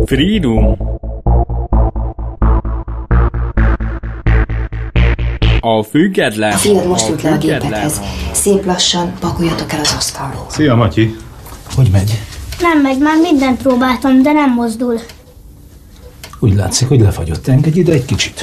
Freedom. A független. A fiad most jut le a gépekhez. Szép lassan pakoljatok el az asztalról. Szia, Matyi. Hogy megy? Nem megy, már mindent próbáltam, de nem mozdul. Úgy látszik, hogy lefagyott. Engedj ide egy kicsit.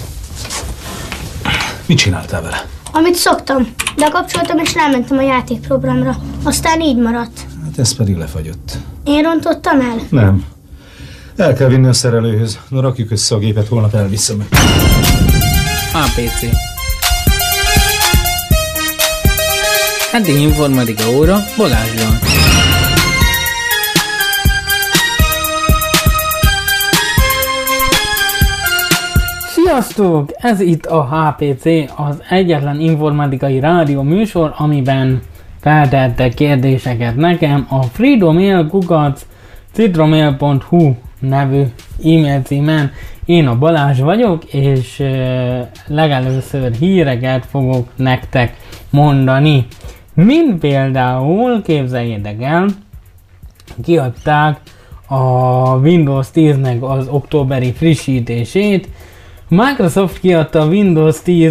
Mit csináltál vele? Amit szoktam. Lekapcsoltam és rámentem a játékprogramra. Aztán így maradt. Hát ez pedig lefagyott. Én rontottam el? Nem. El kell vinni a szerelőhöz. Na, rakjuk össze a gépet, holnap elviszem. APC. Eddig informatika óra Balázsral. Sziasztok! Ez itt a HPC, az egyetlen informatikai rádió műsor, amiben feltettek kérdéseket nekem a freedomail@citromail.hu nevű e-mail címen. Én a Balázs vagyok, és legelőször híreket fogok nektek mondani. Mint például, képzeljétek el, kiadták a Windows 10-nek az októberi frissítését. Microsoft kiadta a Windows 10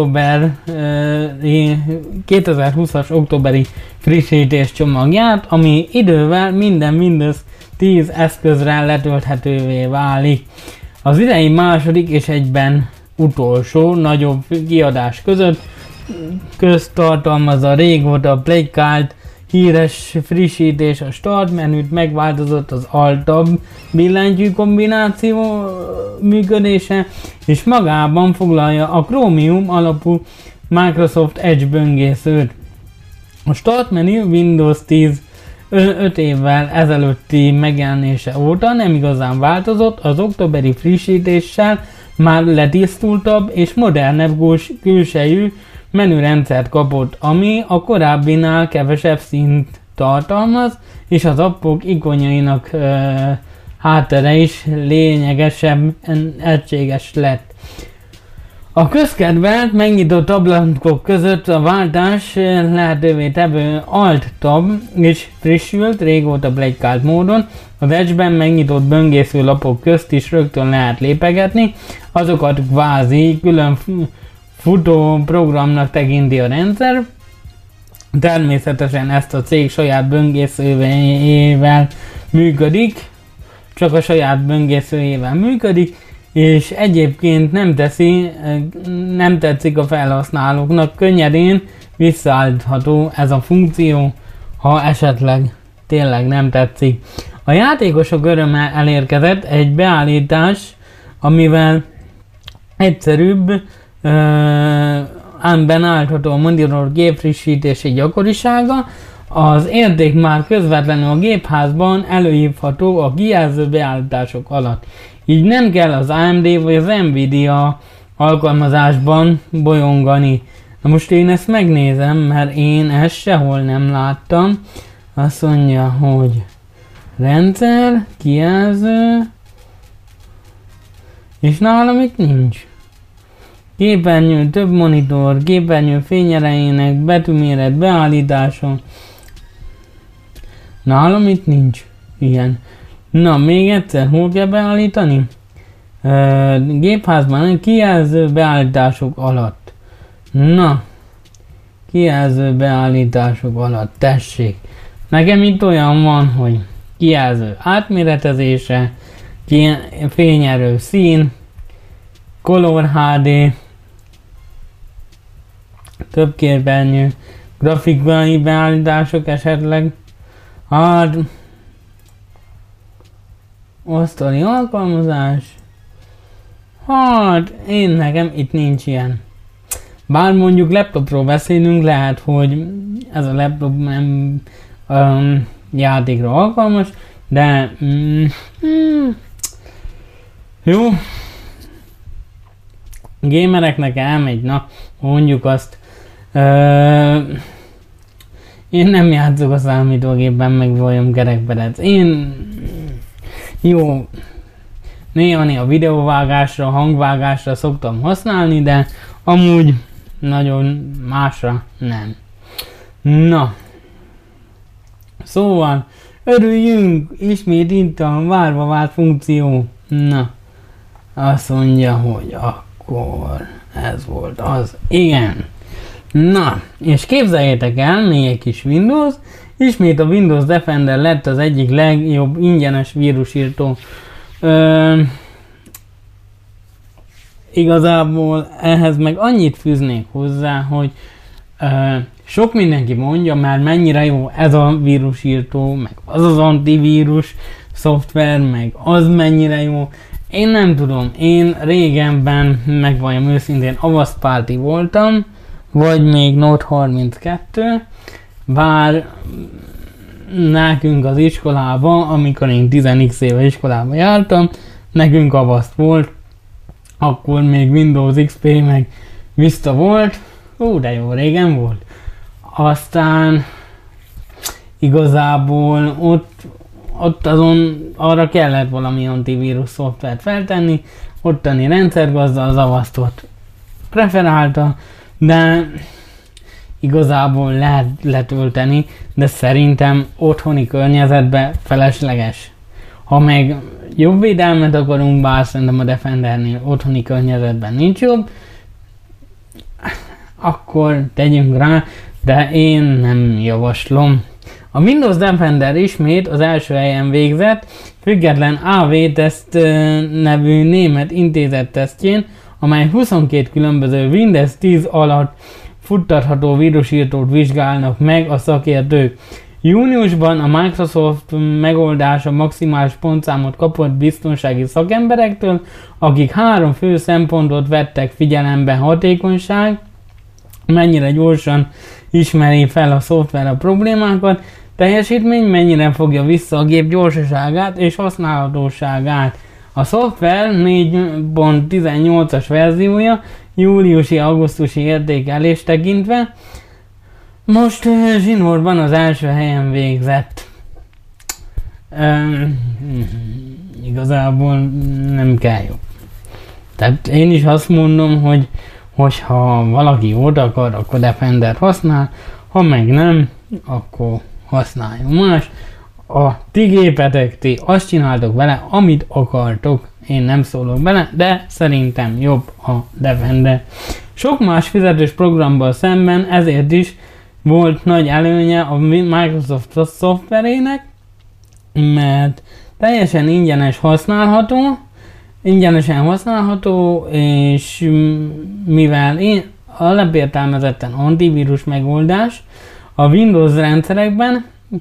2020-as októberi frissítés csomagját, ami idővel minden Windows 10 eszközre letölthetővé válik. Az idei második és egyben utolsó nagyobb kiadás közt tartalmazza a régóta plékált híres frissítés, a Start menüt, megváltozott az Alt-Tab billentyű kombináció működése, és magában foglalja a Chromium alapú Microsoft Edge böngészőt. A Start menü Windows 10 5 évvel ezelőtti megjelenése óta nem igazán változott, az októberi frissítéssel már letisztultabb és modernebb külsejű menürendszert kapott, ami a korábbinál kevesebb színt tartalmaz, és az appok ikonjainak háttere is lényegesen egységes lett. A közkedvelt megnyitott ablakok között a váltás lehetővé tevő Alt-Tab is frissült, régóta plékált módon. Az Edge-ben megnyitott böngésző lapok közt is rögtön lehet lépegetni, azokat kvázi külön futó programnak tekinti a rendszer. Természetesen ezt a cég saját böngészőjével működik, csak a saját böngészőjével működik, és egyébként nem tetszik a felhasználóknak, könnyedén visszaállítható ez a funkció, ha esetleg tényleg nem tetszik. A játékosok örömmel elérkezett egy beállítás, amivel egyszerűbb ám állítható a monitor gépfrissítési gyakorisága, az érték már közvetlenül a gépházban előhívható a kijelző beállítások alatt. Így nem kell az AMD vagy az Nvidia alkalmazásban bolyongani. Na most én ezt megnézem, mert én ezt sehol nem láttam. Azt mondja, hogy rendszer, kijelző, és nálam itt nincs. Képernyő, több monitor, képernyő fényerejének betűméret beállítása. Nálam itt nincs ilyen. Na, még egyszer, hol kell beállítani? Gépházban kijelző beállítások alatt. Na, kijelző beállítások alatt, tessék. Nekem itt olyan van, hogy kijelző átméretezése, fényerő szín, Color HD, több képernyő, grafikai beállítások esetleg, hát osztani alkalmazás, hát nekem itt nincs ilyen. Bár mondjuk laptopról beszélünk, lehet, hogy ez a laptop nem játékra alkalmas, de jó, gamereknek elmegy, na mondjuk azt. Én nem játszok a számítógépben, meg vagyom kerekperec. Én jó, néha videóvágásra, hangvágásra szoktam használni, de amúgy nagyon másra nem. Na, szóval Örüljünk! Ismét itt a várva várt funkció. Na, azt mondja, hogy akkor ez volt az. Igen. Na, és képzeljétek el, még egy kis Windows. Ismét a Windows Defender lett az egyik legjobb ingyenes vírusírtó. Igazából ehhez meg annyit fűznék hozzá, hogy sok mindenki mondja már mennyire jó ez a vírusírtó, meg az antivírus szoftver, meg az mennyire jó. Én nem tudom, én régenben, megvalljam őszintén, Avast Party voltam, vagy még Note 32, bár nekünk az iskolában, amikor én 10x éve iskolába jártam, nekünk Avast volt, akkor még Windows XP meg Vista volt, de jó régen volt. Aztán igazából ott azon arra kellett valami antivírus szoftvert feltenni, ottani rendszergazda az Avastot preferálta, de igazából lehet letölteni, de szerintem otthoni környezetben felesleges. Ha meg jobb védelmet akarunk, bár szerintem a Defendernél otthoni környezetben nincs jobb, akkor tegyünk rá, de én nem javaslom. A Windows Defender ismét az első helyen végzett, független AV-teszt nevű német intézet tesztjén, amely 22 különböző Windows 10 alatt futtatható vírusírtót vizsgálnak meg a szakértők. Júniusban a Microsoft megoldása maximális pontszámot kapott biztonsági szakemberektől, akik 3 fő szempontot vettek figyelembe: hatékonyság, mennyire gyorsan ismeri fel a szoftver a problémákat, teljesítmény, mennyire fogja vissza a gép gyorsaságát és használhatóságát. A szoftver 4.18-as verziója júliusi-augusztusi értékelést tekintve most zsinórban az első helyen végzett. Igazából nem kell jobb. Tehát én is azt mondom, hogy ha valaki jót akar, akkor Defender használ, ha meg nem, akkor használjon más. A ti gépetek, ti azt csináltok vele, amit akartok. Én nem szólok bele, de szerintem jobb a Defender. Sok más fizetős programban szemben ezért is volt nagy előnye a Microsoft szoftverének, mert teljesen ingyenesen használható, és mivel alapértelmezetten antivírus megoldás a Windows rendszerekben,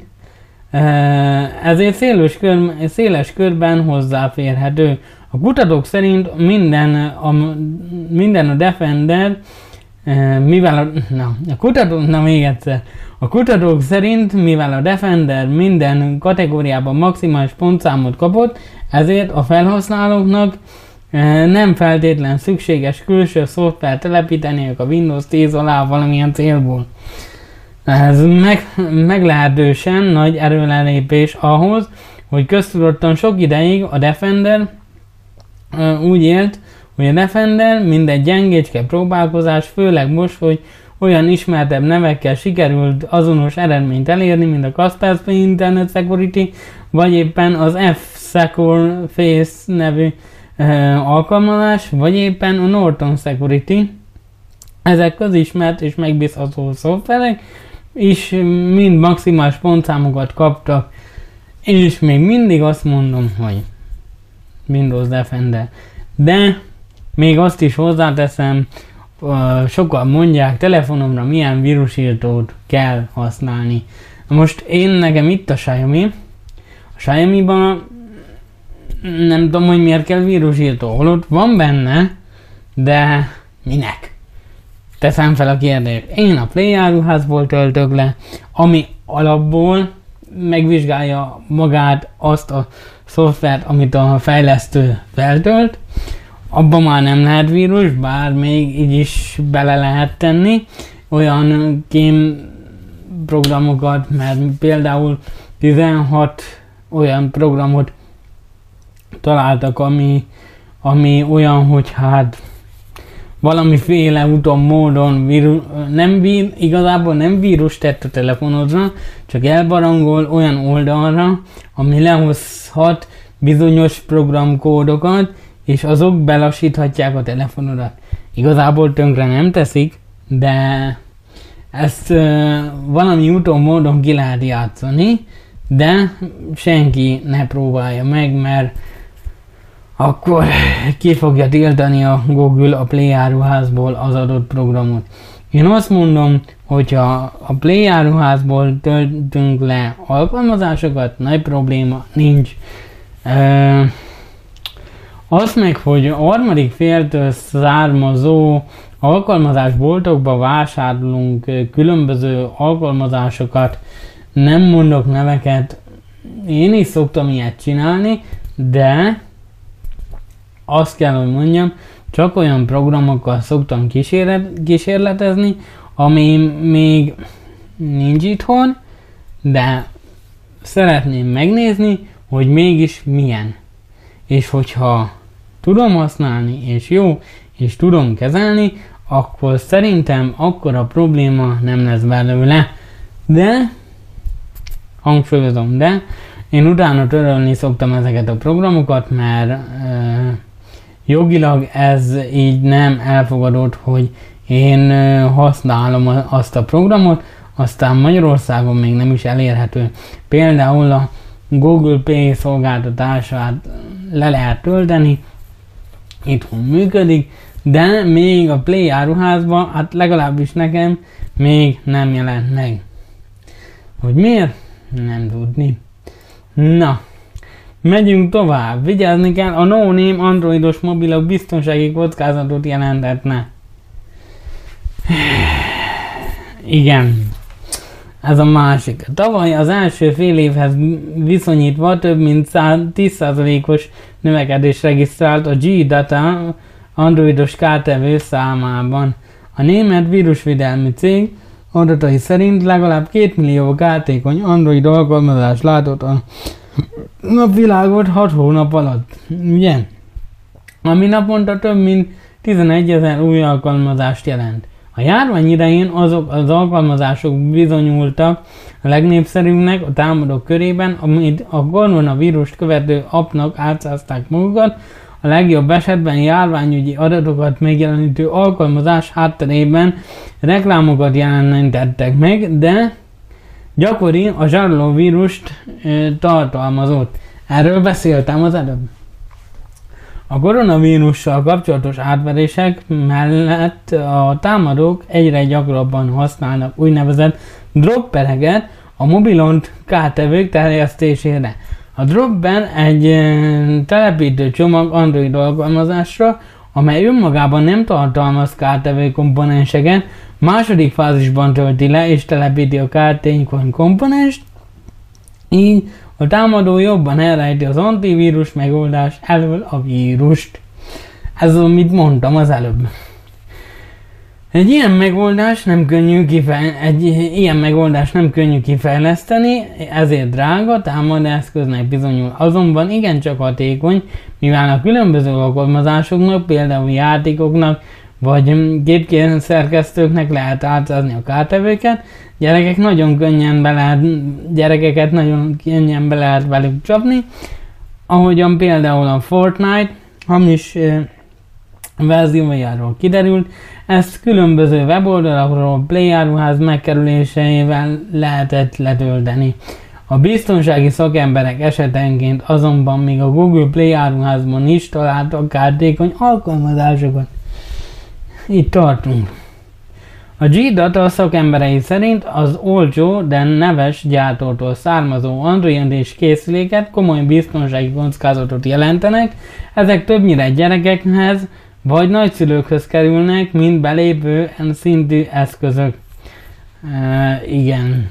ezért széles körben hozzáférhető. A kutatók szerint minden a Defender, a kutatók szerint, mivel a Defender minden kategóriában maximális pontszámot kapott, ezért a felhasználóknak nem feltétlen szükséges külső szoftvert telepíteniük a Windows 10 alá valamilyen célból. Ez meglehetősen nagy erőlelépés ahhoz, hogy köztudottan sok ideig a Defender úgy élt, hogy a Defender mindegy gyengécske próbálkozás, főleg most, hogy olyan ismertebb nevekkel sikerült azonos eredményt elérni, mint a Kaspersky Internet Security, vagy éppen az F-Secure Face nevű alkalmazás, vagy éppen a Norton Security. Ezek közismert és megbízható szoftverek, és mind maximális pontszámokat kaptak, és még mindig azt mondom, hogy Windows Defender. De még azt is hozzáteszem, sokan mondják, telefonomra milyen vírusírtót kell használni. Most nekem itt a Xiaomi. A Xiaomi-ban nem tudom, hogy miért kell vírusírtó. Holott van benne, de minek? Teszem fel a kérdést. Én a Play áruházból töltök le, ami alapból megvizsgálja magát azt a szoftvert, amit a fejlesztő feltölt. Abban már nem lehet vírus, bár még így is bele lehet tenni olyan kém programokat, mert például 16 olyan programot találtak, ami olyan, hogy hát valamiféle úton, módon igazából nem vírus tett a telefonodra, csak elbarangol olyan oldalra, ami lehozhat bizonyos programkódokat, és azok belassíthatják a telefonodat. Igazából tönkre nem teszik, de ezt valami úton, módon ki lehet játszani, de senki ne próbálja meg, mert akkor ki fogja tiltani a Google a Play áruházból az adott programot. Én azt mondom, hogyha a Play áruházból töltünk le alkalmazásokat, nagy probléma nincs. Azt meg, hogy a harmadik féltől származó alkalmazásboltokba vásárolunk különböző alkalmazásokat, nem mondok neveket, én is szoktam ilyet csinálni, de azt kell, hogy mondjam, csak olyan programokkal szoktam kísérletezni, ami még nincs itthon, de szeretném megnézni, hogy mégis milyen. És hogyha tudom használni, és jó, és tudom kezelni, akkor szerintem akkora probléma nem lesz belőle. De, hangsúlyozom, de én utána törölni szoktam ezeket a programokat, mert jogilag ez így nem elfogadott, hogy én használom azt a programot, aztán Magyarországon még nem is elérhető. Például a Google Pay szolgáltatását le lehet tölteni, itthon működik, de még a Play áruházban, hát legalábbis nekem még nem jelent meg. Hogy miért? Nem tudni. Na, megyünk tovább. Vigyázni kell, a No Name androidos mobilok biztonsági kockázatot jelentetne. Igen. Ez a másik. Tavaly az első fél évhez viszonyítva több mint 10%-os növekedés regisztrált a G-Data androidos kártevő számában. A német vírusvédelmi cég adatai szerint legalább 2 millió kártékony Android alkalmazás látott a napvilágot 6 hónap alatt. Ugye? Ami naponta több mint 11 000 új alkalmazást jelent. A járvány idején azok az alkalmazások bizonyultak a legnépszerűbbnek a támadók körében, amit a koronavírust követő appnak átszázták magukat, a legjobb esetben járványügyi adatokat megjelenítő alkalmazás hátterében reklámokat jelenítettek meg, de gyakori a zsarolóvírust tartalmazott. Erről beszéltem az előbb. A koronavírussal kapcsolatos átverések mellett a támadók egyre gyakrabban használnak úgynevezett droppereket a mobilon kártevők terjesztésére. A dropper egy telepítő csomag Android alkalmazásra, amely önmagában nem tartalmaz kártevő komponenseket, második fázisban tölti le és telepíti a kártékony komponenst, így a támadó jobban elrejti az antivírus megoldás elől a vírust. Ez az, amit mondtam az előbb. Egy ilyen megoldás nem könnyű kifejleszteni, ezért drága támadóeszköznek bizonyul. Azonban igencsak hatékony, mivel a különböző alkalmazásoknak, például játékoknak vagy gépszerkesztőknek lehet átszázni a kártevőket, gyerekeket nagyon könnyen be lehet velük csapni, ahogyan például a Fortnite hamis verziójáról kiderült, ezt különböző weboldalakról Play áruház megkerüléseivel lehetett letölteni. A biztonsági szakemberek esetenként azonban még a Google Play áruházban is találtak kártékony alkalmazásokat. Itt tartunk. A G-Data szakemberei szerint az olcsó, de neves gyártótól származó Android és készüléket komoly biztonsági kockázatot jelentenek, ezek többnyire gyerekekhez vagy nagyszülőkhöz kerülnek, mint belépő szintű eszközök. Igen.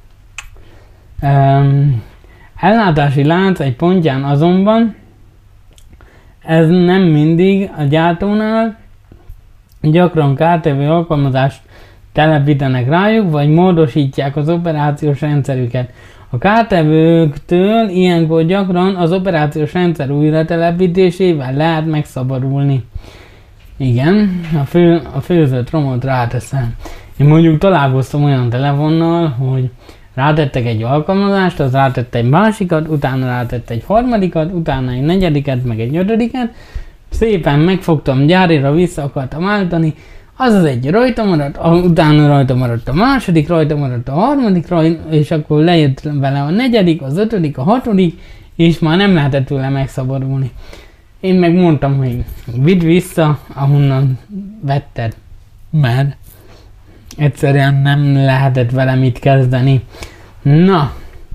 Ellátási lánc egy pontján azonban ez nem mindig a gyártónál, gyakran kártevő alkalmazást telepítenek rájuk, vagy módosítják az operációs rendszerüket. A kártevőktől ilyenkor gyakran az operációs rendszer újratelepítésével lehet megszabadulni. Igen, a főzött romot ráteszem. Én mondjuk találkoztam olyan telefonnal, hogy rátettek egy alkalmazást, az rátette egy másikat, utána rátette egy harmadikat, utána egy negyediket, meg egy ötödiket. Szépen megfogtam, gyárira vissza akartam állítani, az egy rajta maradt, utána rajta maradt a második, rajta maradt a harmadik, és akkor lejött vele a negyedik, az ötödik, a hatodik, és már nem lehetett tőle megszabadulni. Én meg mondtam, hogy vidd vissza, ahonnan vetted, mert egyszerűen nem lehetett vele mit kezdeni. Na,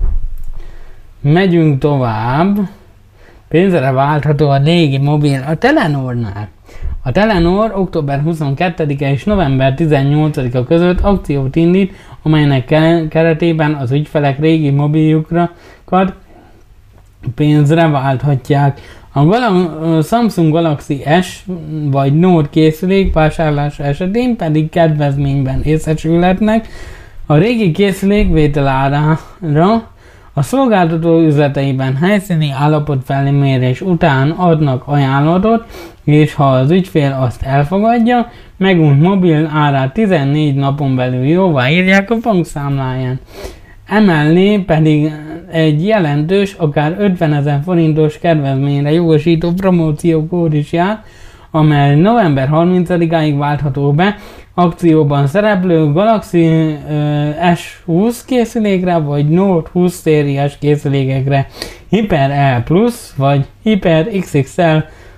megyünk tovább. Pénzre váltható a régi mobil a Telenornál. A Telenor október 22-e és november 18-a között akciót indít, amelynek keretében az ügyfelek régi mobiljukra pénzre válthatják. A Samsung Galaxy S vagy Note készülék vásárlása esetén pedig kedvezményben részesülhetnek. A régi készülék vételárára a szolgáltató üzleteiben helyszíni állapotfelmérés után adnak ajánlatot, és ha az ügyfél azt elfogadja, megújult mobil árát 14 napon belül jóváírják a bankszámláján. Emellé pedig egy jelentős, akár 50 000 forintos kedvezményre jogosító promóciókód is jár, amely november 30-áig váltható be akcióban szereplő Galaxy S20 készülékre vagy Note 20 szériás készülékekre Hyper L Plus vagy Hyper XXL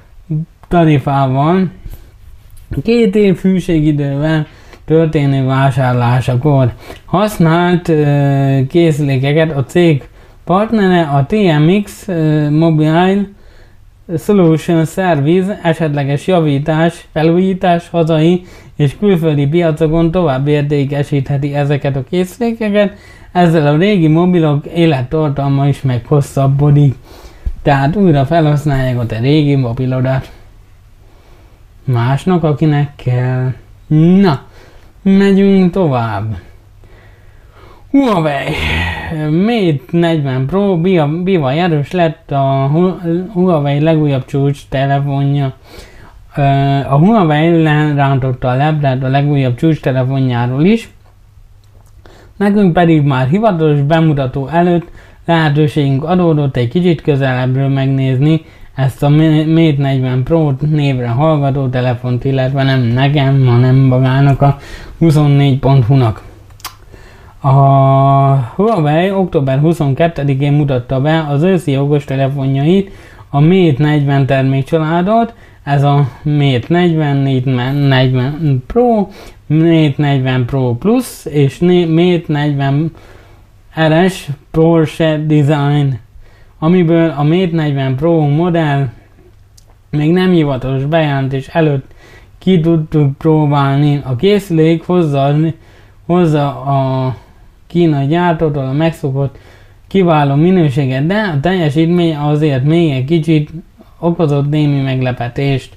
tarifával 2 év hűségidővel történő vásárlásakor. Használt készülékeket a cég partnere a TMX Mobile Solution Service esetleges javítás, felújítás hazai és külföldi piacokon tovább értékesítheti ezeket a készülékeket, ezzel a régi mobilok élettartalma is meghosszabbodik. Tehát újra felhasználják a te régi mobilodat. Másnak, akinek kell. Na, megyünk tovább. Huawei Mate 40 Pro bivaj erős lett a Huawei legújabb csúcs telefonja. A Huawei lerántotta a labdát a legújabb csúcs telefonjáról is. Nekünk pedig már hivatalos bemutató előtt lehetőségünk adódott egy kicsit közelebbről megnézni ezt a Mate 40 Pro névre hallgató telefont, illetve nem nekem, hanem magának a 24.hu-nak. A Huawei október 22-én mutatta be az őszi okos telefonjait, a Mate 40 termékcsaládot, ez a Mate 40, Mate 40 Pro, Mate 40 Pro Plus és Mate 40 RS Porsche Design, amiből a Mate 40 Pro modell még nem hivatalos bejelentés előtt ki tudtuk próbálni. A készülék hozza a kínai gyártótól a megszokott kiváló minőséget, de a teljesítmény azért még egy kicsit okozott némi meglepetést.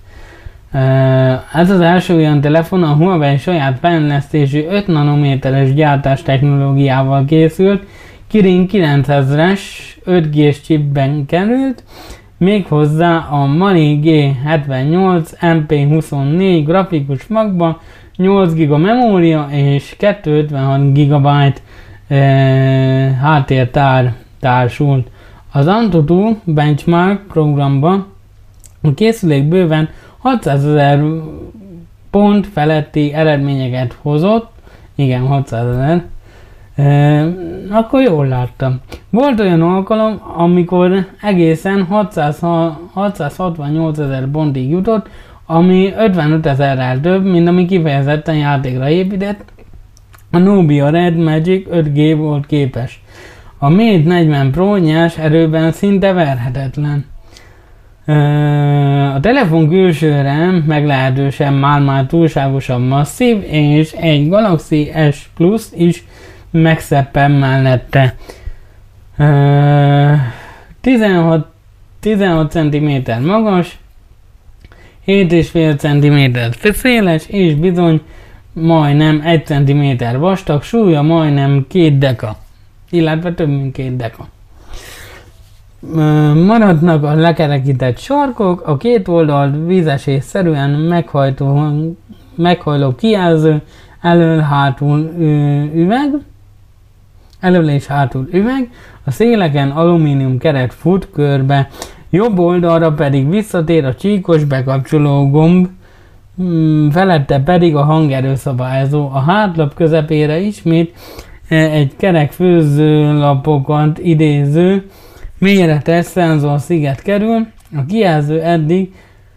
Ez az első olyan telefon a Huawei saját fejlesztésű 5 nanométeres gyártás technológiával készült, Kirin 9000-es 5G-s chipben került, méghozzá a Mali G78 MP24 grafikus magba, 8 GB memória és 256 GB háttértár társult. Az AnTuTu Benchmark programban a készülék bőven 600 000 pont feletti eredményeket hozott, igen 600 000, akkor jól láttam. Volt olyan alkalom, amikor egészen 668 000 pontig jutott, ami 55 000-rel több, mint ami kifejezetten játékra épített. A Nubia Red Magic 5G volt képes. A Mate 40 Pro nyers erőben szinte verhetetlen. A telefon külsőre meglehetősen már túlságosan masszív, és egy Galaxy S Plus is megszeppen mellette. 16 cm magas, 7,5 cm széles, és bizony majdnem 1 cm vastag, súlya majdnem 2 deka, illetve több mint 2 deka. Maradnak a lekerekített sarkok, a két oldalt vízesésszerűen meghajló kijelző, elől és hátul üveg, a széleken alumínium keret fut körbe, jobb oldalra pedig visszatér a csíkos bekapcsoló gomb, felette pedig a hangerőszabályozó. A hátlap közepére ismét egy kerek főzőlapokat idéző méretes szenzorsziget kerül, a kijelző eddig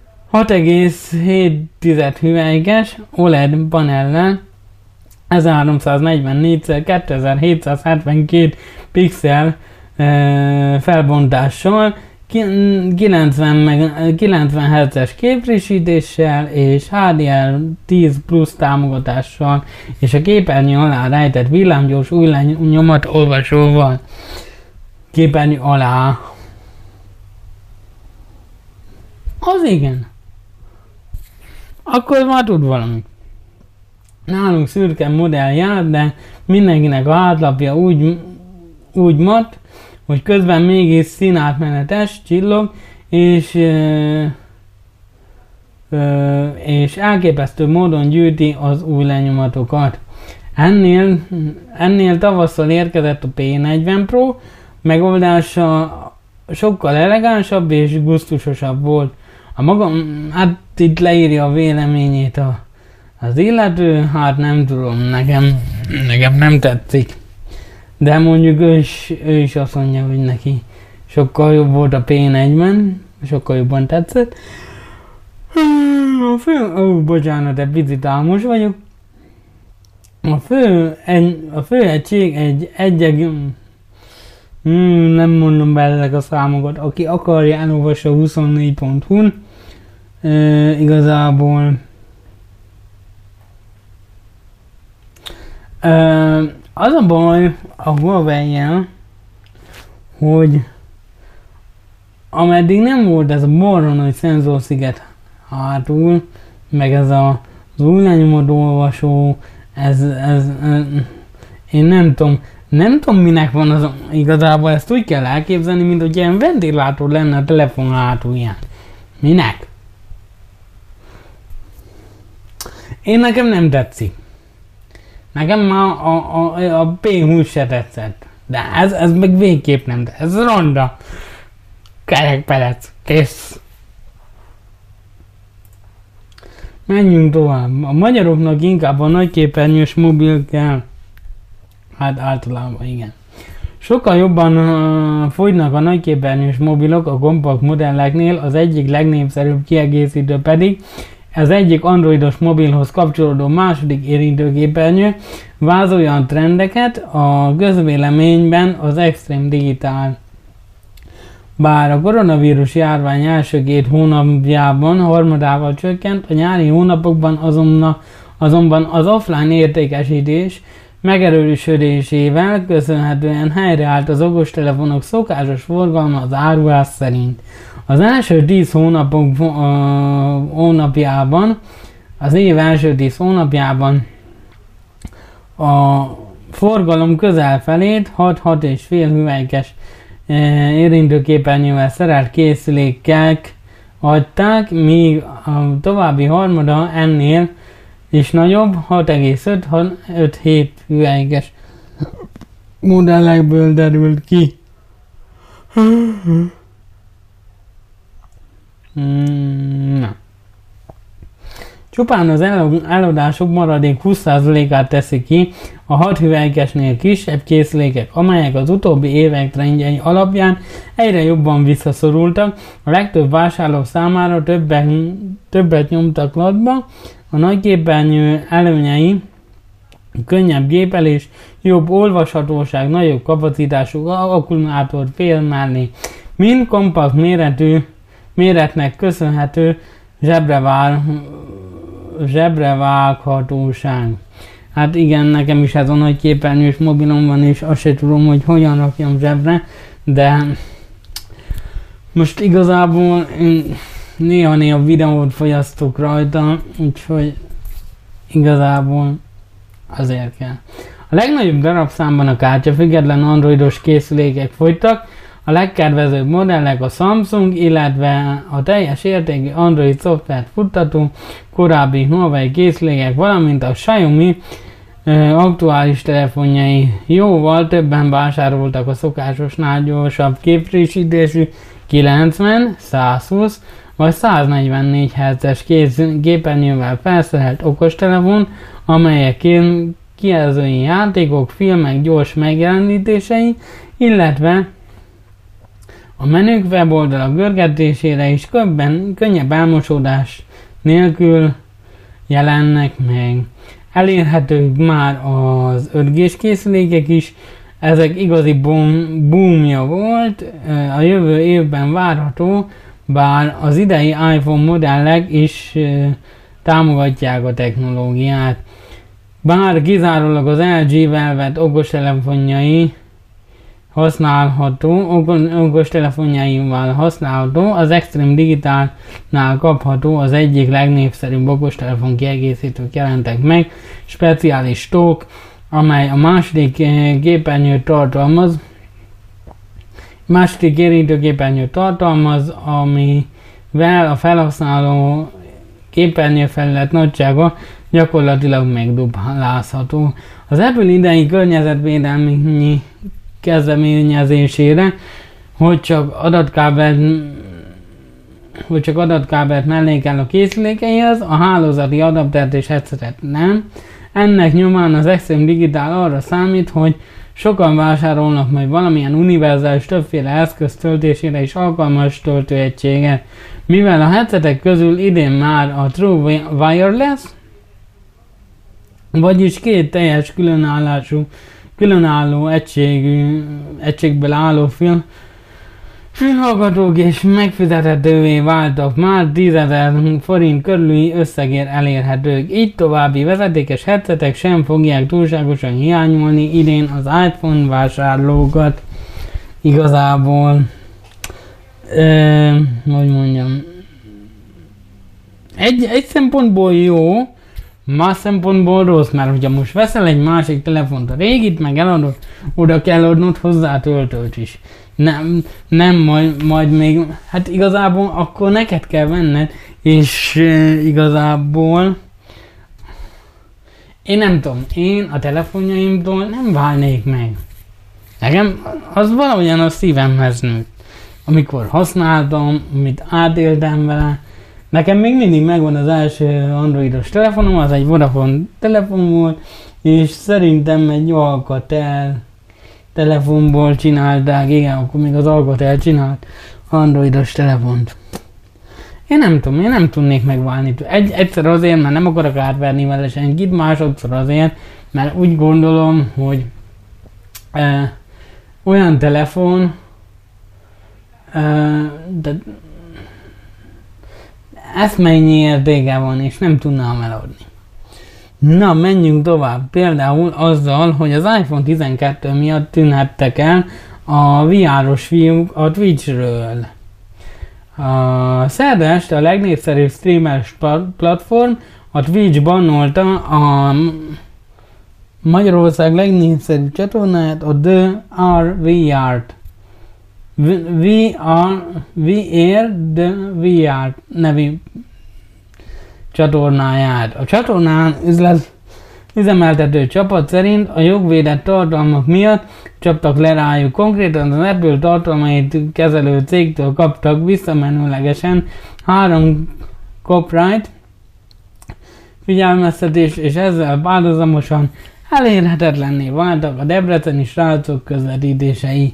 6,7 hüvelykes OLED panellel 1344x2772 pixel felbontással, 90 Hz-es képfrissítéssel és HDR10 plusz támogatással és a képernyő alá rejtett villámgyors új nyomat olvasóval. Képernyő alá. Az igen. Akkor már tud valamit. Nálunk szürke modell jár, de mindenkinek a hátlapja úgy mat, hogy közben mégis színátmenetes, csillog, és elképesztő módon gyűjti az új lenyomatokat. Ennél tavasszal érkezett a P40 Pro, megoldása sokkal elegánsabb és gusztusosabb volt. Hát itt leírja a véleményét az illető, hát nem tudom, nekem nem tetszik. De mondjuk ő is azt mondja, hogy neki sokkal jobb volt a P40, sokkal jobban tetszett. Bocsánat, egy picit álmos vagyok. A fő egység nem mondom bele a számokat, aki akarja elolvassa 24.hu-n. Igazából az a baj a Huawei-jel, hogy ameddig nem volt ez a marha nagy szenzorsziget hátul, meg ez az új lenyomat olvasó, én nem tudom minek van az, igazából ezt úgy kell elképzelni, mint hogy ilyen ventilátor lenne a telefon hátulján. Minek? Nekem nem tetszik. Nekem már a P20 se tetszett. De ez meg végképp nem tetszett. Ez ronda. Kerekperec. Kész. Menjünk tovább. A magyaroknak inkább a nagyképernyős mobil kell. Hát általában igen. Sokkal jobban fogynak a nagyképernyős mobilok a kompakt modelleknél, az egyik legnépszerűbb kiegészítő pedig az egyik androidos mobilhoz kapcsolódó második érintőképernyő vázolja a trendeket, a közvéleményben az extrém digitál. Bár a koronavírus járvány első 2 hónapjában harmadával csökkent, a nyári hónapokban azonban az offline értékesítés megerősödésével köszönhetően helyreállt az okostelefonok szokásos forgalma az árulás szerint. Az első 10 hónapjában, az év első 10 hónapjában a forgalom közel felét 6,5 hüvelykes érintőképernyővel szerelt készülékek adták, míg a további harmada ennél is nagyobb, 6,5-7 hüvelykes modellekből derült ki. Na. Csupán az eladások maradék 20%-át teszi ki a 6 hüvelykesnél kisebb készülékek, amelyek az utóbbi évek trendjei alapján egyre jobban visszaszorultak. A legtöbb vásárló számára többet nyomtak latba. A nagyképernyő előnyei könnyebb gépelés, jobb olvashatóság, nagyobb kapacitású akkumulátor fél mellé, mind kompakt méretnek köszönhető zsebrevághatóság. Hát igen, nekem is ez a nagy képernyős mobilom van, és azt se tudom, hogy hogyan rakjam zsebre, de most igazából néha videót fogyasztok rajta, úgyhogy igazából azért kell. A legnagyobb darabszámban a kártyafüggetlen androidos készülékek fogytak, A legkedvezőbb modellek a Samsung, illetve a teljes értékű Android szoftvert futtató korábbi Huawei készülékek, valamint a Xiaomi aktuális telefonjai. Jóval többen vásároltak a szokásosnál gyorsabb képfrissítésű 90, 120 vagy 144 Hz-es képernyővel felszerelt okostelefon, amelyek kijelzői játékok, filmek gyors megjelenítései, illetve a menük weboldalak görgetésére is könnyebb elmosódás nélkül jelennek meg. Elérhetők már az 5G-s készülékek is, ezek igazi boomja volt, a jövő évben várható, bár az idei iPhone modellek is támogatják a technológiát. Bár kizárólag az LG Velvet okostelefonjaival használható, az Extreme Digitalnál kapható az egyik legnépszerűbb okostelefon kiegészítők jelentek meg, speciális stók, amely a második érintőképernyőt tartalmaz, amivel a felhasználó képernyőfelület nagysága gyakorlatilag megduplázható. Az Apple idei környezetvédelmi kezdeményezésére, hogy csak adatkábelt mellékel a készülékeihez, a hálózati adaptert és headsetet nem. Ennek nyomán az Extreme Digital arra számít, hogy sokan vásárolnak majd valamilyen univerzális többféle eszköz töltésére is alkalmas töltőegységet. Mivel a headsetek közül idén már a True Wireless, vagyis két teljes különálló egységből álló fülhallgatók és megfizethetővé váltak, már 10 000 forint körüli összegért elérhetők. Így további vezetékes headsetek sem fogják túlságosan hiányolni idén az iPhone vásárlókat. Igazából, hogy mondjam, egy szempontból jó, más szempontból rossz, mert hogyha most veszel egy másik telefont, a régit meg eladod, oda kell adnod hozzá töltőt is. Nem majd még, hát igazából akkor neked kell venned, és igazából én nem tudom, én a telefonjaimtól nem válnék meg. Nekem az valahogyan a szívemhez nőtt. Amikor használtam, amit átéltem vele, nekem még mindig megvan az első androidos telefonom, az egy Vodafone telefon volt, és szerintem egy Alcatel telefonból csinálták, igen, akkor még az Alcatel csinált androidos telefont. Én nem tudom, én nem tudnék megválni. Egyszer azért, mert nem akarok átverni vele senkit, másodszor azért, mert úgy gondolom, hogy olyan telefon, de eszmennyi értéke van, és nem tudnám eladni. Na, menjünk tovább. Például azzal, hogy az iPhone 12 miatt tűnhettek el a VR-os fiúk a Twitchről. A szerda este a legnépszerűbb streamer platform, a Twitch bannolta a Magyarország legnépszerűbb csatornáját, a The RVR-t. The VR nevű csatornáját. A csatornán üzemeltető csapat szerint a jogvédett tartalmak miatt csaptak le rájuk. Konkrétan az Apple tartalmait kezelő cégtől kaptak visszamenőlegesen 3 copyright figyelmeztetés, és ezzel párhuzamosan elérhetetlenné váltak a debreceni srácok közvetítései.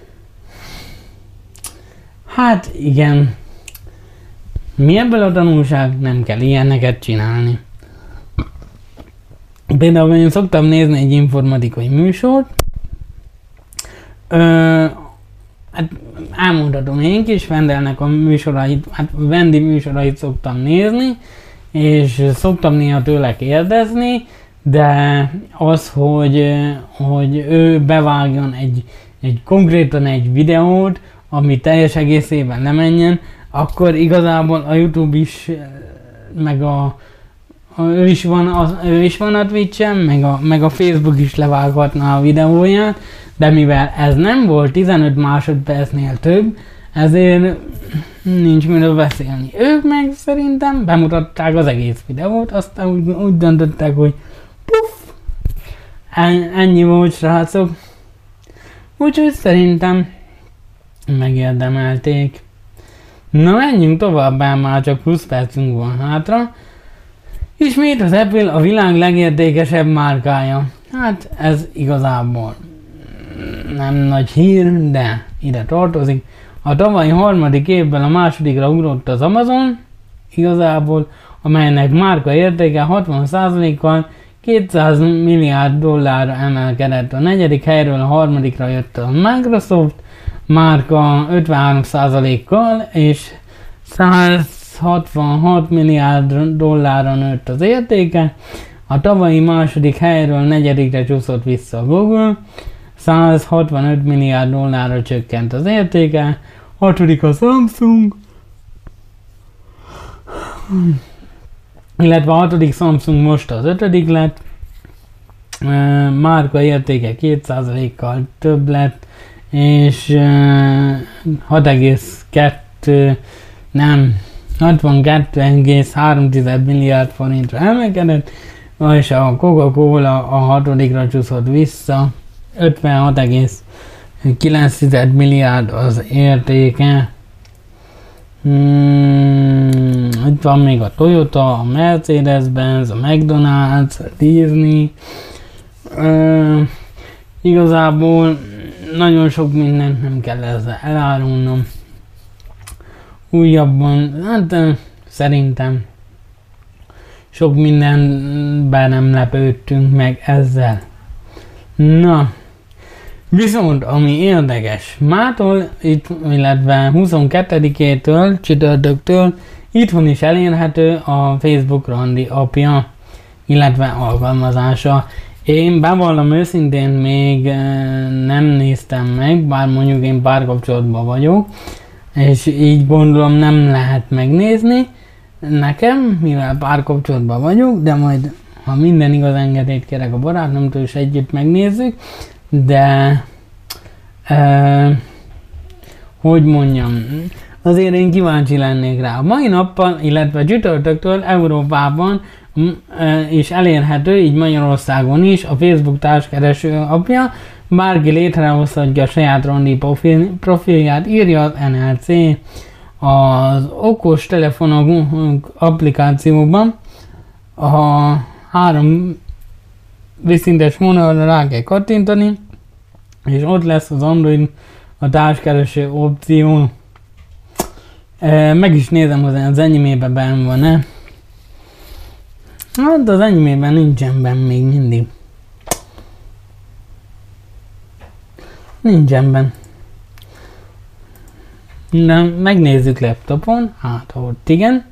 Hát igen, mi ebből a tanulság? Nem kell ilyeneket csinálni. Például én szoktam nézni egy informatikai műsort, hát elmondhatom, én kis Vendelnek a műsorait, hát Vendi műsorait szoktam nézni, és szoktam néha tőle kérdezni, de az, hogy ő bevágjon konkrétan egy videót, ami teljes egészében lemenjen, akkor igazából a YouTube is, meg ő is van a Twitch-en, meg a Facebook is levághatná a videóját, de mivel ez nem volt 15 másodpercnél több, ezért nincs miről beszélni. Ők meg szerintem bemutatták az egész videót, aztán úgy döntöttek, hogy puff, ennyi volt, srácok. Úgyhogy szerintem megérdemelték. Na, menjünk tovább, már csak 20 percünk van hátra. Ismét az Apple a világ legértékesebb márkája. Hát ez igazából nem nagy hír, de ide tartozik. A tavalyi harmadik évben a másodikra ugrott az Amazon, igazából, amelynek márka értéke 60%-kal 200 milliárd dollárra emelkedett. A negyedik helyről a harmadikra jött a Microsoft, márka 53%-kal, és 166 milliárd dollárra nőtt az értéke. A tavalyi második helyről negyedikre csúszott vissza a Google, 165 milliárd dollárra csökkent az értéke. Hatodik a Samsung, illetve a hatodik Samsung most az ötödik lett. Márka értéke 2%-kal több lett, és 62,3 milliárd forintra emelkedett, és a Coca-Cola a hatodikra csúszott vissza, 56,9 milliárd az értéke. Itt van még a Toyota, a Mercedes-Benz, a McDonald's, a Disney. Igazából nagyon sok mindent nem kell ezzel elárulnom. Újabban, hát szerintem sok mindenben nem lepődtünk meg ezzel. Na, viszont ami érdekes, mától, illetve 22-től, csütörtöktől itthon is elérhető a Facebook Randi appja, illetve alkalmazása. Én bevallom őszintén még nem néztem meg, bár mondjuk én párkapcsolatban vagyok, és így gondolom nem lehet megnézni nekem, mivel párkapcsolatban vagyok, de majd ha minden igaz engedélyt kérek a barátnőmtől és együtt megnézzük, de hogy mondjam, azért én kíváncsi lennék rá. A mai nappal, illetve csütörtöktől Európában is elérhető, így Magyarországon is a Facebook társkereső appja. Bárki létrehozhatja a saját Randi profilját, írja az NLC az okos telefonok applikációban. A 3 vízszintes vonalra rá kell kattintani, és ott lesz az Android a társkereső opció. Meg is nézem, hogy az enyémében benn van-e. Hát az enyémében nincsen benn még mindig. Nincsen benn. De megnézzük laptopon, hát ott igen.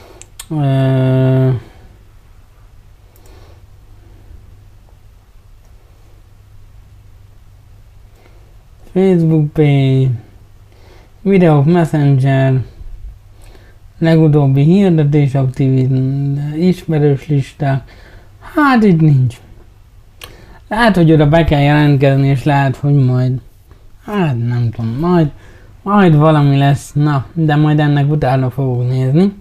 Facebook Pay, Video Messenger, legutóbbi hirdetés aktív, ismerős listák, hát itt nincs. Lehet, hogy oda be kell jelentkezni, és lehet, hogy majd, hát nem tudom, majd valami lesz, na, de majd ennek utána fogok nézni.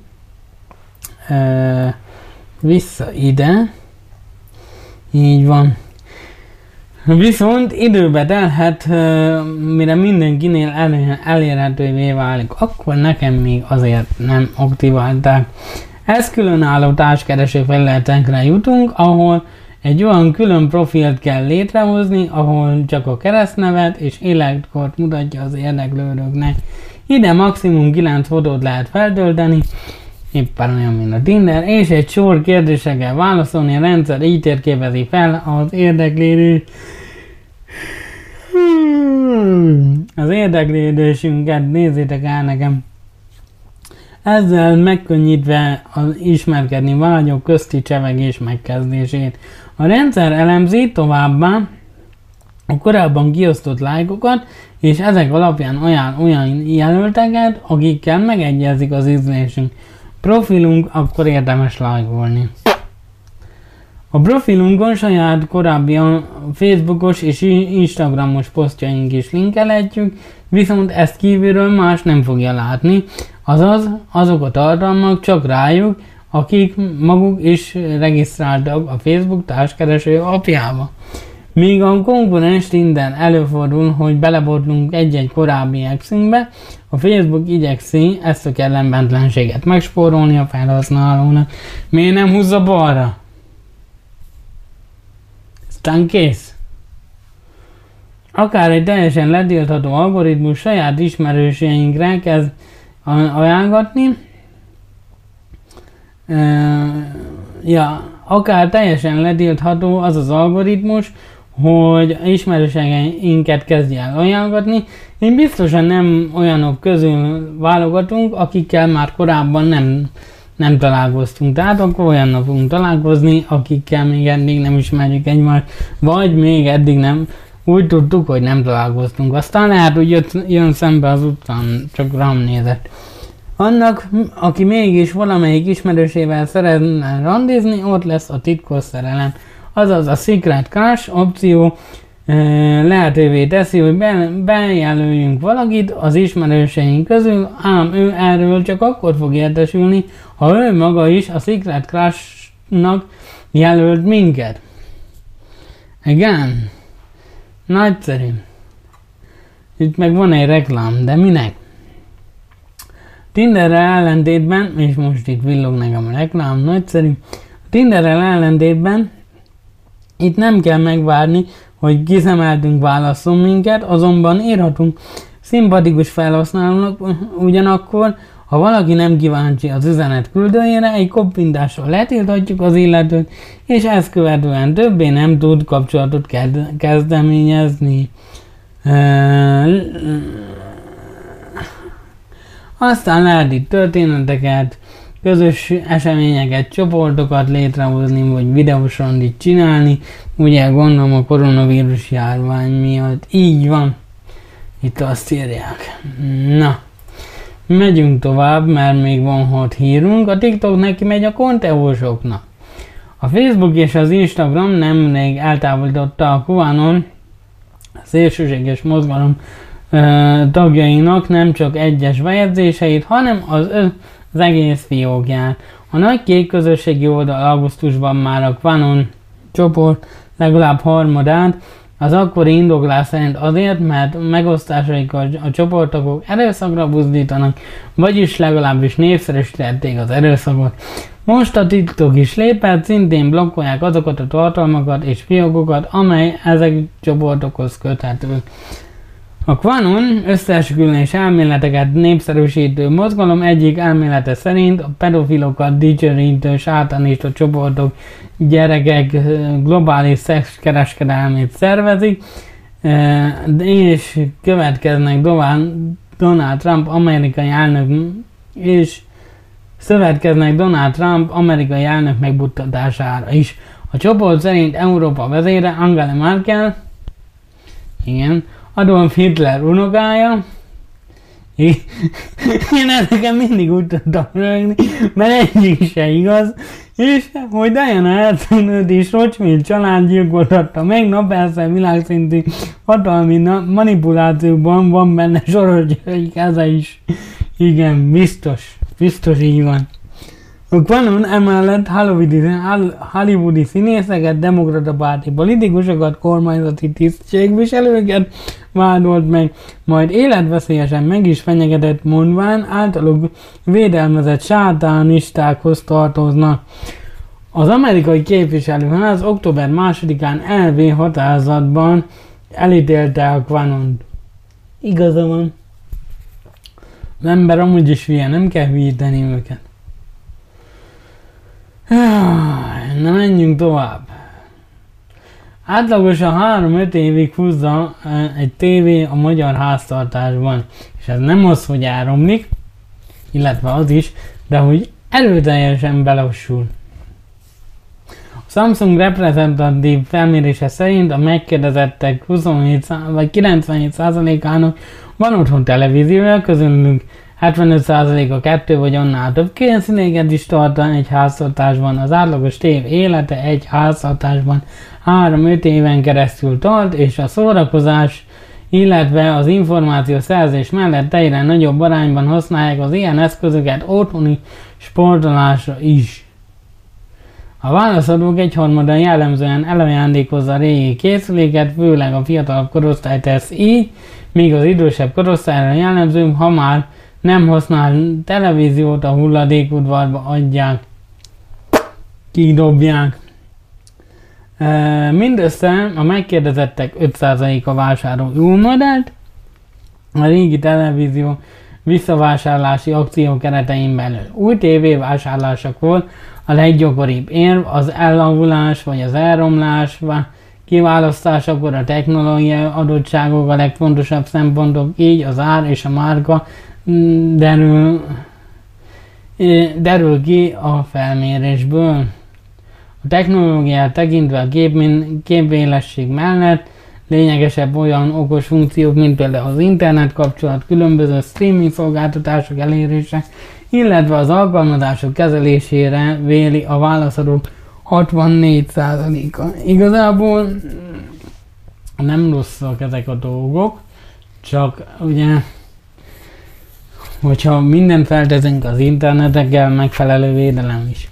Vissza ide, így van. Viszont időbe telhet, mire mindenkinél elérhetővé válik, akkor nekem még azért nem aktiválták. Ez különálló társkereső felületekre jutunk, ahol egy olyan külön profilt kell létrehozni, ahol csak a keresztnevet és életkort mutatja az érdeklődőknek. Ide maximum 9 fotót lehet feltölteni, éppen olyan, mint a Tinder, és egy sor kérdésre kell válaszolni, a rendszer így térképezi fel az az érdeklődésünket, nézzétek el nekem. Ezzel megkönnyítve az ismerkedni vágyók közti csevegés megkezdését. A rendszer elemzi továbbá a korábban kiosztott lájkokat, és ezek alapján olyan jelölteket, akikkel megegyezik az ízlésünk. Profilunk, akkor érdemes lájkolni. A profilunkon saját korábbi a Facebookos és Instagramos posztjaink is linkelhetjük, viszont ezt kívülről más nem fogja látni, azaz azok a tartalmak csak rájuk, akik maguk is regisztráltak a Facebook társkereső appjába. Míg a konkurens Tinder előfordul, hogy belebotlunk egy-egy korábbi exünkbe, a Facebook igyekszi ezt a kellemetlenséget megspórolni a felhasználónak. Miért nem húzza balra? Aztán kész. Akár egy teljesen letiltható algoritmus saját ismerőseinkre kezd ajánlgatni, akár teljesen letiltható az az algoritmus, hogy ismerőseinket kezdje el ajánlgatni. Én biztosan nem olyanok közül válogatunk, akikkel már korábban nem találkoztunk. Tehát akkor olyanok fogunk találkozni, akikkel még eddig nem ismerjük egymást, vagy még eddig nem úgy tudtuk, hogy nem találkoztunk. Aztán lehet, hogy jön szembe az utcán, csak rám nézett. Annak, aki mégis valamelyik ismerősével szeretne randizni, ott lesz a titkos szerelem. Azaz a Secret Crush opció lehetővé teszi, hogy bejelöljünk valakit az ismerőseink közül, ám ő erről csak akkor fog értesülni, ha ő maga is a Secret Crush-nak jelölt minket. Igen. Nagyszerű. Itt meg van egy reklám, de minek? Tinderrel ellentétben, és most itt villog nekem a reklám, nagyszerű. Tinderrel ellentétben itt nem kell megvárni, hogy kiszemeltünk válasszon minket, azonban írhatunk szimpatikus felhasználónak, ugyanakkor, ha valaki nem kíváncsi az üzenet küldőjére, egy koppintással letilthatjuk az illetőt, és ezt követően többé nem tud kapcsolatot kezdeményezni. Aztán lehet itt történeteket, közös eseményeket, csoportokat létrehozni, vagy videós randit csinálni. Ugye gondolom a koronavírus járvány miatt. Így van. Itt azt írják. Na. Megyünk tovább, mert még van 6 hírunk. A TikTok neki megy a konteósoknak. A Facebook és az Instagram nemrég eltávolította a QAnon szélsőséges mozgalom tagjainak nem csak egyes bejegyzéseit, hanem az egész fiókját. A nagy kék közösségi oldal augusztusban már a QAnon csoport legalább harmadát, az akkori indoklás szerint azért, mert megosztásaikkal a csoportokok erőszakra buzdítanak, vagyis legalábbis népszerűsítették az erőszakot. Most a TikTok is lépett, szintén blokkolják azokat a tartalmakat és fiókokat, amely ezek csoportokhoz köthetők. A QAnon összeesküvés elméleteket népszerűsítő mozgalom egyik elmélete szerint a pedofilokat dicsőítő sátanista csoportok gyerekek globális szexkereskedelmét szervezik, és következnek Donald Trump amerikai elnök megbuttatására is. A csoport szerint Európa vezére Angela Merkel, igen, Adolf Hitler unokája. Én ezeken mindig úgy tudtam rögni, mert egyik se igaz, és hogy Diana hercegnőt és Rothschild családgyilkoltatta meg, na persze világszintű hatalmi manipulációban van benne Soros György keze is. Igen, biztos így van. A QAnon emellett hollywoodi színészeket, demokrata párti politikusokat, kormányzati tisztségviselőket vádolt meg, majd életveszélyesen meg is fenyegetett, mondván általuk védelmezett sátánistákhoz tartoznak. Az amerikai képviselőház október 2-án LV határozatban elítélte a QAnont. Igaza van. Az ember amúgy is hülye, nem kell hülyíteni őket. Na menjünk tovább. Átlagosan 3-5 évig húzza egy tévé a magyar háztartásban, és ez nem az, hogy elromlik, illetve az is, de hogy erőteljesen belassul. A Samsung reprezentatív felmérése szerint a megkérdezettek 97 vagy 97%-ának van otthon televíziója, közülük 75%-a 2 vagy annál több készüléket is tart egy háztartásban. Az átlagos tévé élete egy háztartásban 3-5 éven keresztül tart, és a szórakozás, illetve az információszerzés mellett egyre nagyobb arányban használják az ilyen eszközöket otthoni sportolásra is. A válaszadók egyharmada jellemzően elajándékozza a régi készüléket, főleg a fiatalabb korosztály tesz így, míg az idősebb korosztályra jellemző, ha már nem használ televíziót, a hulladékudvarba adják, kidobják. Mindössze a megkérdezettek 5%-a vásárol új modellt, a régi televízió visszavásárlási akció keretein belül. Új tévé vásárlásakor a leggyakoribb érv az elavulás vagy az elromlás kiválasztásakor a technológiai adottságok a legfontosabb szempontok, így az ár és a márka derül ki a felmérésből. A technológiát tekintve a képélesség mellett lényegesebb olyan okos funkciók, mint például az internet kapcsolat, különböző streaming szolgáltatások elérése, illetve az alkalmazások kezelésére véli a válaszadók 64%-a. Igazából nem rosszak ezek a dolgok, csak ugye, hogyha mindent felteszünk az internetekkel, megfelelő védelem is.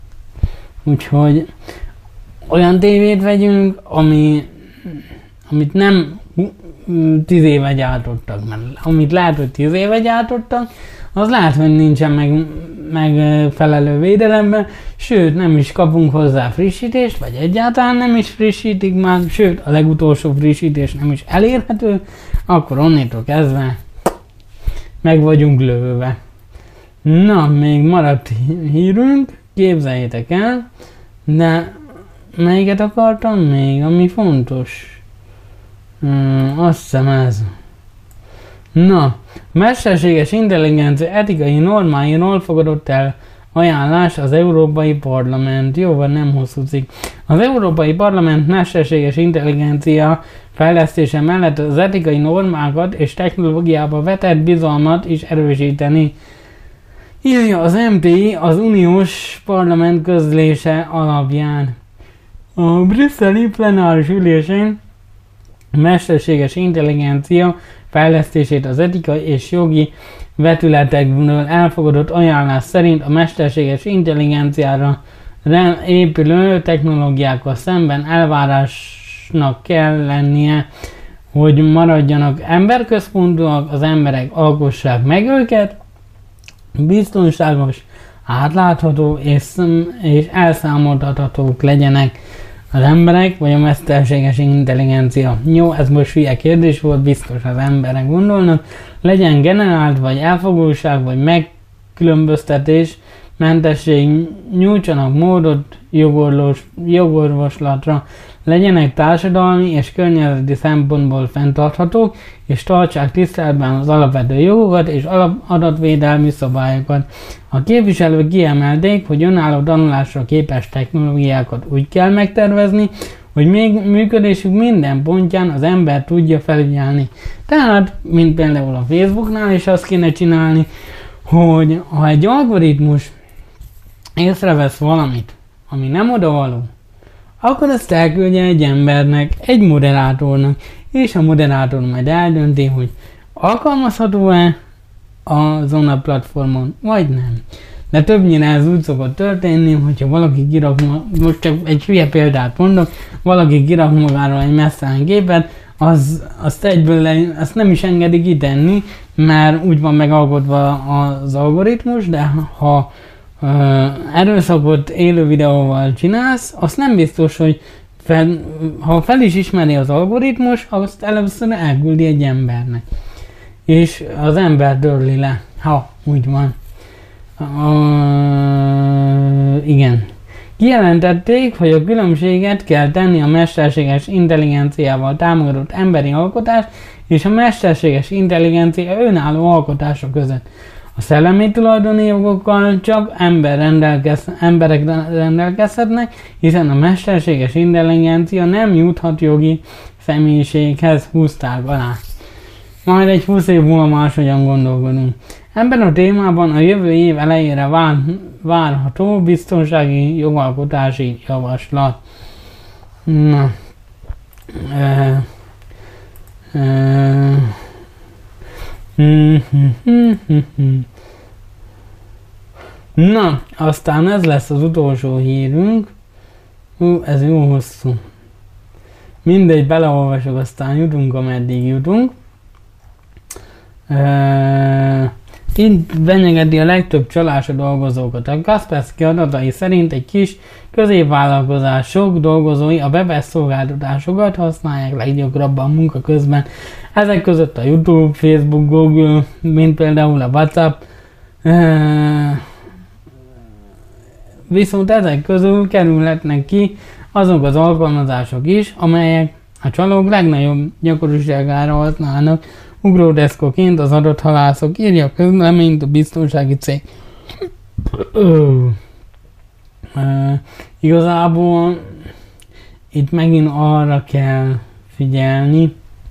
Úgyhogy olyan tévét vegyünk, amit nem 10 éve gyártottak, mert amit lehet, hogy 10 éve gyártottak, az lehet, hogy nincsen megfelelő védelemben, sőt nem is kapunk hozzá frissítést, vagy egyáltalán nem is frissítik már, sőt a legutolsó frissítés nem is elérhető, akkor onnétól kezdve meg vagyunk lőve. Na, még maradt hírünk, képzeljétek el, de melyiket akartam még, ami fontos? Azt hiszem ez. Na, mesterséges intelligencia etikai normáiról fogadott el ajánlás az Európai Parlament. Jó, vagy nem hosszú cikk. Az Európai Parlament mesterséges intelligencia fejlesztése mellett az etikai normákat és technológiába vetett bizalmat is erősíteni. Írja az MTI az uniós parlament közlése alapján. A brüsszeli plenáris ülésén mesterséges intelligencia fejlesztését az etikai és jogi vetületekből elfogadott ajánlás szerint a mesterséges intelligenciára épülő technológiákkal szemben elvárásnak kell lennie, hogy maradjanak emberközpontúak, az emberek alkossák meg őket, biztonságos, átlátható és elszámoltathatók legyenek az emberek, vagy a mesterséges intelligencia. Jó, ez most hülye kérdés volt, biztos az emberek gondolnak. Legyen generált, vagy elfogultság, vagy megkülönböztetés, mentesség, nyújtsanak módot jogorvoslatra, legyenek társadalmi és környezeti szempontból fenntarthatók, és tartsák tiszteletben az alapvető jogokat és adatvédelmi szabályokat. A képviselők kiemelték, hogy önálló tanulásra képes technológiákat úgy kell megtervezni, hogy még működésük minden pontján az ember tudja felügyelni. Tehát, mint például a Facebooknál is azt kéne csinálni, hogy ha egy algoritmus észrevesz valamit, ami nem odavaló, akkor ezt elküldje egy embernek, egy moderátornak, és a moderátor majd eldönti, hogy alkalmazható-e azon a platformon, vagy nem. De többnyire ez úgy szokott történni, hogyha valaki kirak, most csak egy hülye példát mondok, valaki kirak magáról egy messzehány képet, azt egyből azt nem is engedi kitenni, mert úgy van megalkotva az algoritmus, de ha erőszakot élő videóval csinálsz, azt nem biztos, hogy ha fel is ismeri az algoritmus, azt először elküldi egy embernek. És az ember dörli le, ha úgy van. Igen. Kijelentették, hogy a különbséget kell tenni a mesterséges intelligenciával támogatott emberi alkotás és a mesterséges intelligencia önálló alkotása között. A szellemi tulajdoni jogokkal csak emberek rendelkezhetnek, hiszen a mesterséges intelligencia nem juthat jogi személyiséghez, húzták alá. Majd egy 20 év múlva máshogyan gondolkodunk. Ebben a témában a jövő év elejére várható biztonsági jogalkotási javaslat. Na. Na, aztán ez lesz az utolsó hírünk. Ez jó hosszú. Mindegy, beleolvasok, aztán jutunk, ameddig jutunk. Itt benyegeti a legtöbb csalás a dolgozókat. A Kaspersky adatai szerint egy kis középvállalkozások dolgozói a webes szolgáltatásokat használják leggyakrabban munka közben. Ezek között a YouTube, Facebook, Google, mint például a WhatsApp. Viszont ezek közül kerülhetnek ki azok az alkalmazások is, amelyek a csalók legnagyobb gyakoriságára használnak ugródeszkoként az adathalászok, írja a közleményt a biztonsági cég. Igazából itt megint arra kell figyelni,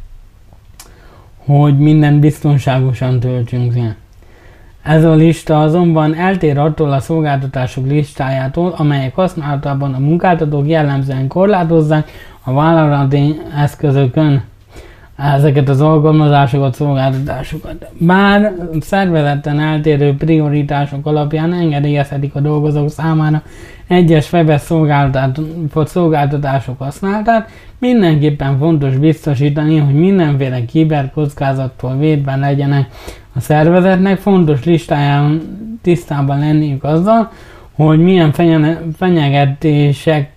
hogy mindent biztonságosan töltsünk le. Ez a lista azonban eltér attól a szolgáltatások listájától, amelyek használatában a munkáltatók jellemzően korlátozzák a vállalati eszközökön ezeket az alkalmazásokat, szolgáltatásokat. Bár szervezetten eltérő prioritások alapján engedélyezhetik a dolgozók számára egyes webes szolgáltatások használatát, mindenképpen fontos biztosítani, hogy mindenféle kiberkockázattól védve legyenek. A szervezetnek fontos listáján tisztában lenniük azzal, hogy milyen fenyegetések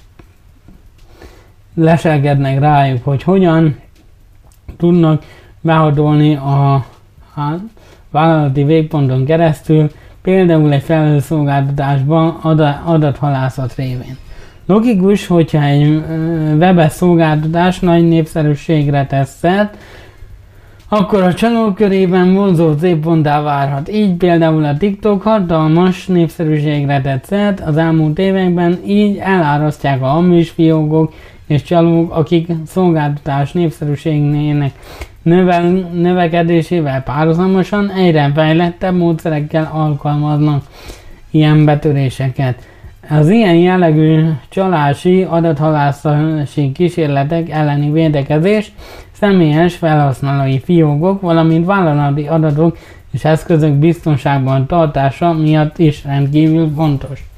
leselkednek rájuk, hogy hogyan tudnak behatolni a vállalati végponton keresztül, például egy felhőszolgáltatásban adathalászat révén. Logikus, hogyha egy webes szolgáltatás nagy népszerűségre tesz szert, akkor a csalók körében vonzó célponttá várhat. Így például a TikTok hatalmas népszerűségre tett szert az elmúlt években, így elárasztják a hamis fiókok és csalók, akik szolgáltatás népszerűségének növekedésével párhuzamosan egyre fejlettebb módszerekkel alkalmaznak ilyen betöréseket. Az ilyen jellegű csalási adathalászási kísérletek elleni védekezés személyes felhasználói fiókok, valamint vállalati adatok és eszközök biztonságban tartása miatt is rendkívül fontos.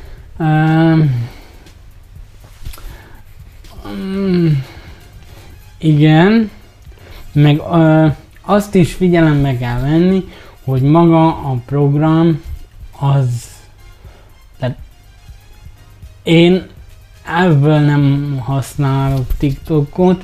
Igen, meg azt is figyelembe kell venni, hogy maga a program az, tehát én ebből nem használok TikTokot,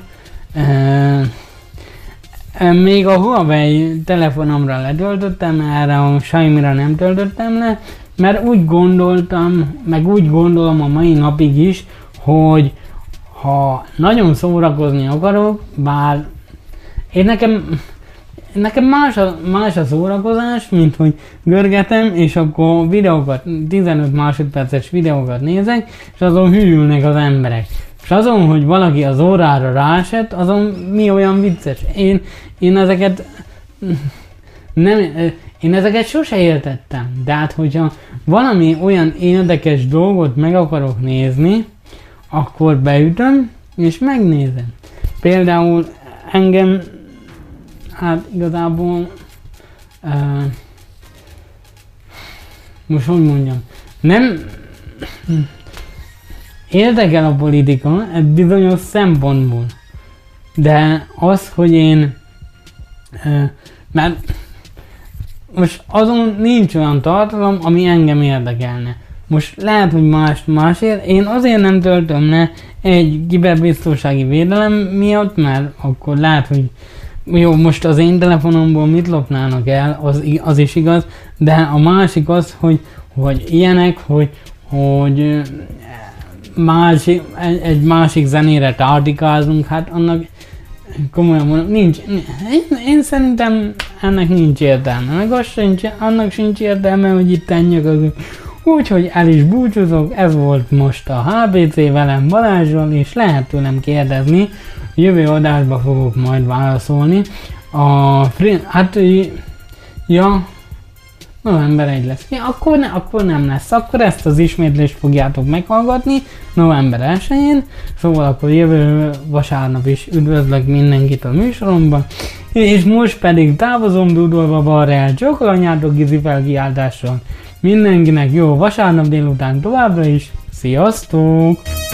még a Huawei telefonomra letöltöttem, erre a Xiaomi-ra nem töltöttem le, mert úgy gondoltam, meg úgy gondolom a mai napig is, hogy ha nagyon szórakozni akarok, bár én nekem más a szórakozás, mint hogy görgetem, és akkor videókat, 15 másodperces videókat nézek, és azon hűlnek az emberek. És azon, hogy valaki az órára rásett, azon mi olyan vicces. Én ezeket sose értettem. De hát, hogyha valami olyan érdekes dolgot meg akarok nézni, akkor beütöm, és megnézem. Például engem, hát igazából, most hogy mondjam, nem érdekel a politika egy bizonyos szempontból, de az, hogy én, mert most azon nincs olyan tartalom, ami engem érdekelne. Most lehet, hogy másért, én azért nem töltöm le egy kiberbiztonsági védelem miatt, mert akkor lehet, hogy jó, most az én telefonomból mit lopnának el, az is igaz, de a másik az, hogy ilyenek, hogy egy másik zenére tártikázunk, hát annak komolyan mondom, én szerintem ennek nincs értelme, meg annak sincs értelme, hogy itt nyögözünk. Úgyhogy el is búcsúzok, ez volt most a HBC velem Balázsról, és lehet tőlem kérdezni, jövő adásba fogok majd válaszolni. November 1 lesz. Ja, akkor nem lesz. Akkor ezt az ismétlést fogjátok meghallgatni november 1-én. Szóval akkor jövő vasárnap is üdvözlök mindenkit a műsoromban. És most pedig távozom dúdolva balra el csókolanyátok Gizi felkiáltással. Mindenkinek jó vasárnap délután továbbra is. Sziasztok!